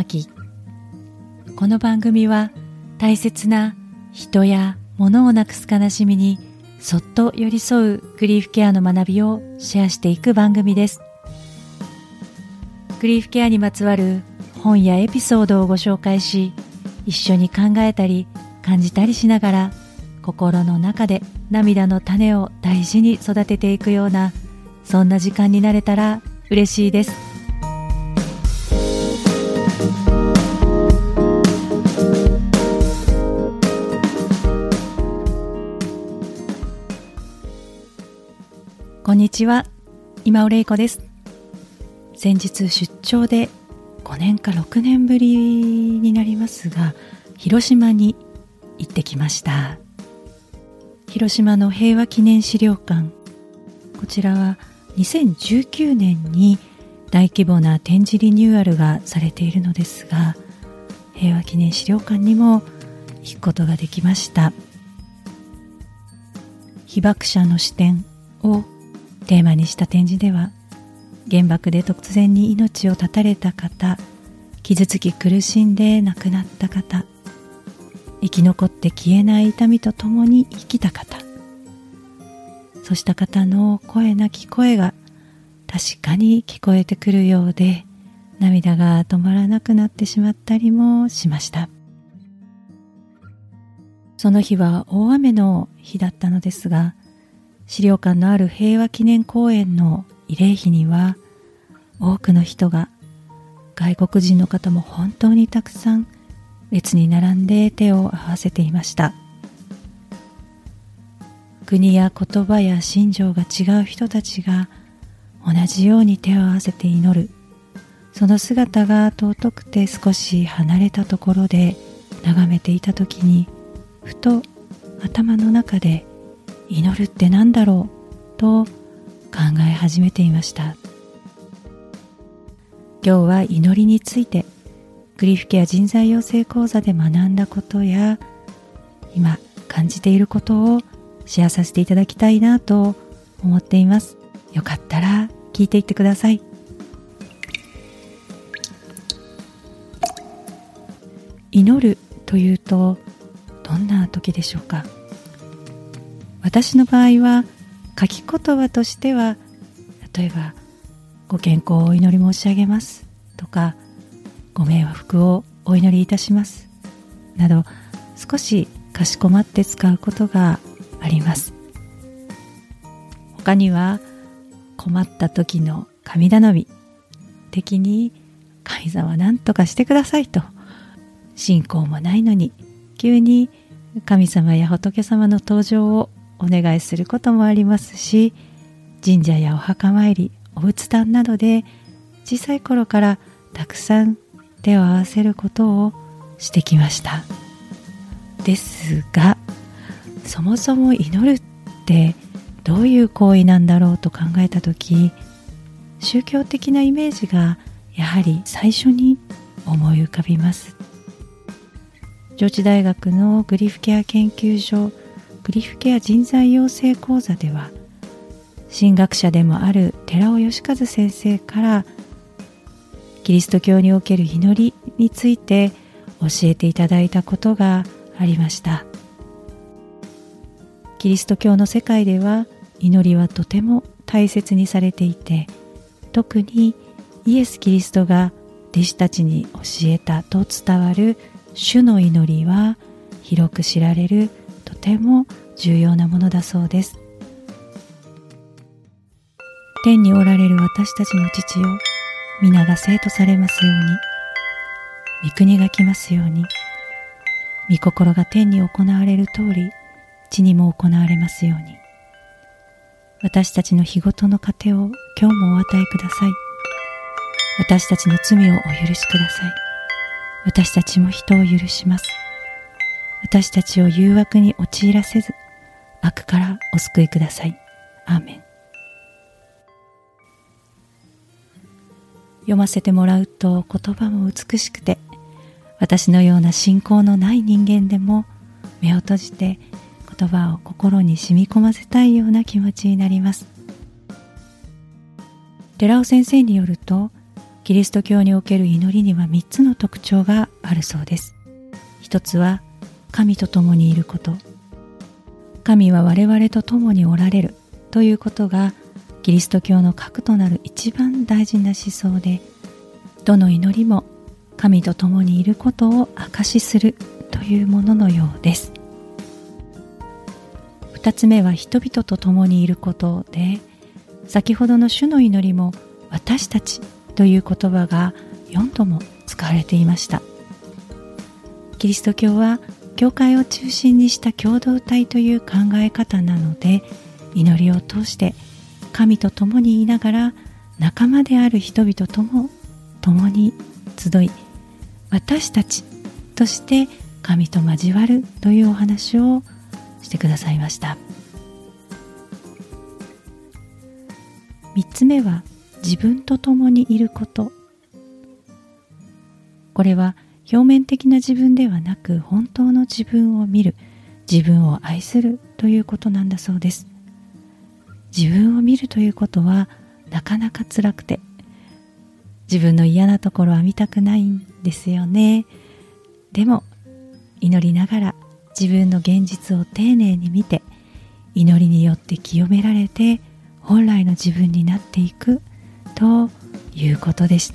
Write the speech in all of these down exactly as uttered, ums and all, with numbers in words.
巻。この番組は大切な人や物をなくす悲しみにそっと寄り添うグリーフケアの学びをシェアしていく番組です。グリーフケアにまつわる本やエピソードをご紹介し、一緒に考えたり感じたりしながら、心の中で涙の種を大事に育てていくような、そんな時間になれたら嬉しいです。こんにちは、今尾玲子です。先日出張でごねんかろくねんぶりになりますが、広島に行ってきました。広島の平和記念資料館、こちらはにせんじゅうきゅうねんに大規模な展示リニューアルがされているのですが、平和記念資料館にも行くことができました。被爆者の視点をテーマにした展示では、原爆で突然に命を絶たれた方、傷つき苦しんで亡くなった方、生き残って消えない痛みとともに生きた方、そうした方の声なき声が確かに聞こえてくるようで、涙が止まらなくなってしまったりもしました。その日は大雨の日だったのですが、資料館のある平和記念公園の慰霊碑には、多くの人が、外国人の方も本当にたくさん列に並んで手を合わせていました。国や言葉や信条が違う人たちが同じように手を合わせて祈る、その姿が尊くて、少し離れたところで眺めていたときに、ふと頭の中で祈るって何だろうと考え始めていました。今日は祈りについて、グリーフケア人材養成講座で学んだことや今感じていることをシェアさせていただきたいなと思っています。よかったら聞いていってください。祈るというとどんな時でしょうか。私の場合は書き言葉としては、例えばご健康をお祈り申し上げますとか、ご冥福をお祈りいたしますなど、少しかしこまって使うことがあります。他には困った時の神頼み的に、神様何とかしてくださいと、信仰もないのに急に神様や仏様の登場をお願いすることもありますし、神社やお墓参り、お仏壇などで小さい頃からたくさん手を合わせることをしてきました。ですが、そもそも祈るってどういう行為なんだろうと考えたとき、宗教的なイメージがやはり最初に思い浮かびます。上智大学のグリーフケア研究所グリーフケア人材養成講座では、神学者でもある寺尾義和先生からキリスト教における祈りについて教えていただいたことがありました。キリスト教の世界では祈りはとても大切にされていて、特にイエス・キリストが弟子たちに教えたと伝わる主の祈りは広く知られるとても重要なものだそうです。天におられる私たちの父よ、皆が聖とされますように、御国が来ますように、御心が天に行われる通り地にも行われますように。私たちの日ごとの糧を今日もお与えください。私たちの罪をお許しください。私たちも人を許します。私たちを誘惑に陥らせず、悪からお救いください。アーメン。読ませてもらうと言葉も美しくて、私のような信仰のない人間でも目を閉じて言葉を心に染み込ませたいような気持ちになります。寺尾先生によると、 キリスト教における祈りにはみっつの特徴があるそうです。一つは神と共にいること。神は我々と共におられるということがキリスト教の核となる一番大事な思想で、どの祈りも神と共にいることを証しするというもののようです。二つ目は人々と共にいることで、先ほどの主の祈りも私たちという言葉がよんども使われていました。キリスト教は教会を中心にした共同体という考え方なので、祈りを通して神と共にいながら仲間である人々とも共に集い、私たちとして神と交わるというお話をしてくださいました。三つ目は自分と共にいること。これは表面的な自分ではなく、本当の自分を見る、自分を愛するということなんだそうです。自分を見るということはなかなか辛くて、自分の嫌なところは見たくないんですよね。でも祈りながら自分の現実を丁寧に見て、祈りによって清められて本来の自分になっていくということでした。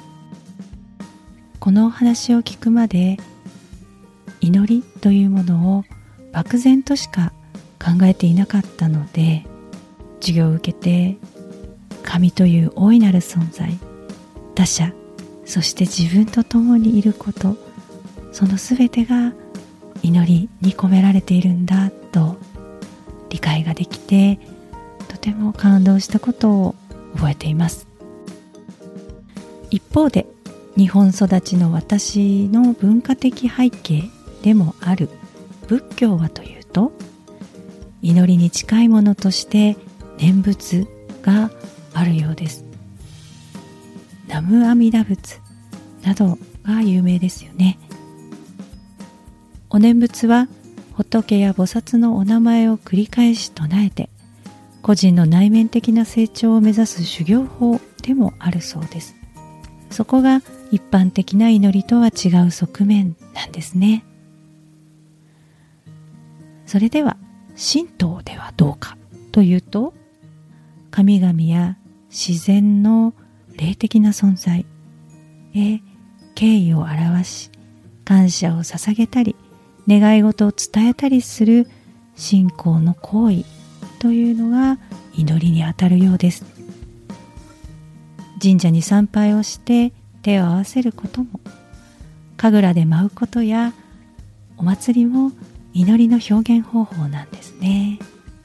このお話を聞くまで、祈りというものを漠然としか考えていなかったので、授業を受けて神という大いなる存在、他者、そして自分と共にいること、そのすべてが祈りに込められているんだと理解ができて、とても感動したことを覚えています。一方で、日本育ちの私の文化的背景でもある仏教はというと、祈りに近いものとして念仏があるようです。南無阿弥陀仏などが有名ですよね。お念仏は仏や菩薩のお名前を繰り返し唱えて、個人の内面的な成長を目指す修行法でもあるそうです。そこが一般的な祈りとは違う側面なんですね。それでは神道ではどうかというと、神々や自然の霊的な存在へ敬意を表し、感謝を捧げたり、願い事を伝えたりする信仰の行為というのが祈りにあたるようです。神社に参拝をして手を合わせることも、神楽で舞うことやお祭りも祈りの表現方法なんですね。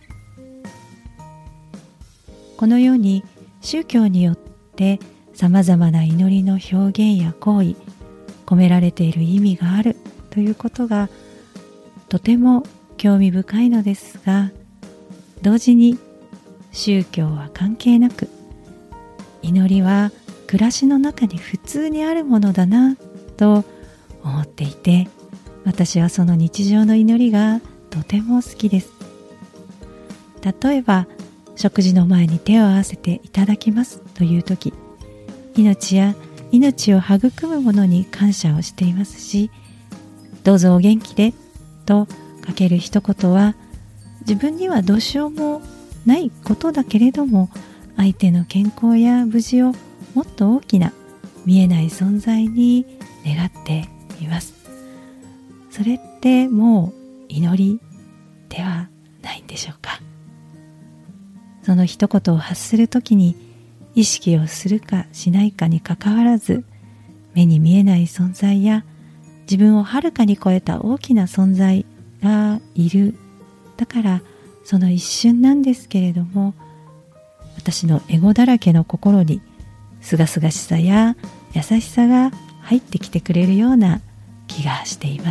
このように宗教によってさまざまな祈りの表現や行為、込められている意味があるということがとても興味深いのですが、同時に宗教は関係なく、祈りは暮らしの中に普通にあるものだなと思っていて、私はその日常の祈りがとても好きです。例えば、食事の前に手を合わせていただきますというとき、命や命を育むものに感謝をしていますし、どうぞお元気でとかける一言は、自分にはどうしようもないことだけれども、相手の健康や無事をもっと大きな見えない存在に願っています。それってもう祈りではないんでしょうか。その一言を発するときに意識をするかしないかにかかわらず、目に見えない存在や自分をはるかに超えた大きな存在がいる。だからその一瞬なんですけれども、私のエゴだらけの心にすがすがしさや優しさが入ってきてくれるような気がしています。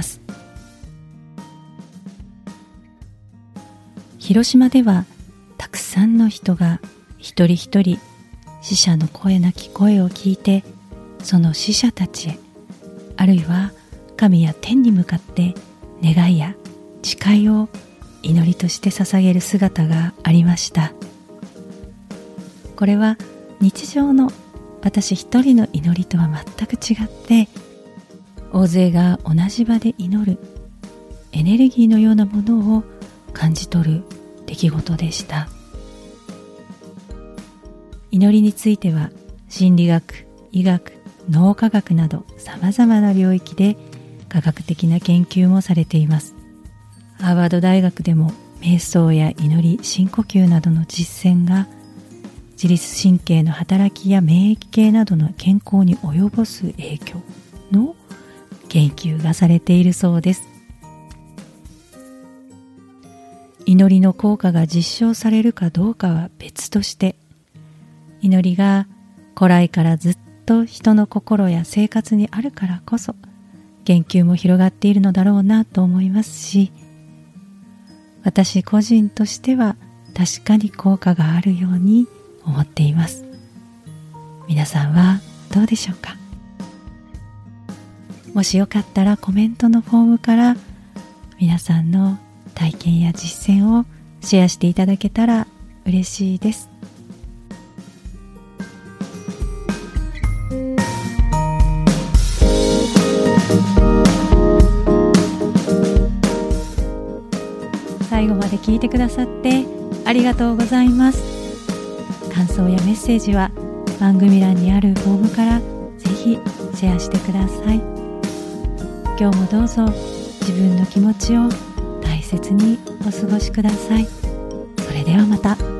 広島ではたくさんの人が一人一人死者の声なき声を聞いて、その死者たちへ、あるいは神や天に向かって願いや誓いを祈りとして捧げる姿がありました。これは日常の私一人の祈りとは全く違って、大勢が同じ場で祈るエネルギーのようなものを感じ取る出来事でした。祈りについては心理学、医学、脳科学など様々な領域で科学的な研究もされています。ハーバード大学でも瞑想や祈り、深呼吸などの実践が自律神経の働きや免疫系などの健康に及ぼす影響の研究がされているそうです。祈りの効果が実証されるかどうかは別として、祈りが古来からずっと人の心や生活にあるからこそ研究も広がっているのだろうなと思いますし、私個人としては確かに効果があるように思っています。皆さんはどうでしょうか。もしよかったらコメントのフォームから皆さんの体験や実践をシェアしていただけたら嬉しいです。最後まで聞いてくださってありがとうございます。感想やメッセージは番組欄にあるフォームからぜひシェアしてください。今日もどうぞ自分の気持ちを大切にお過ごしください。それではまた。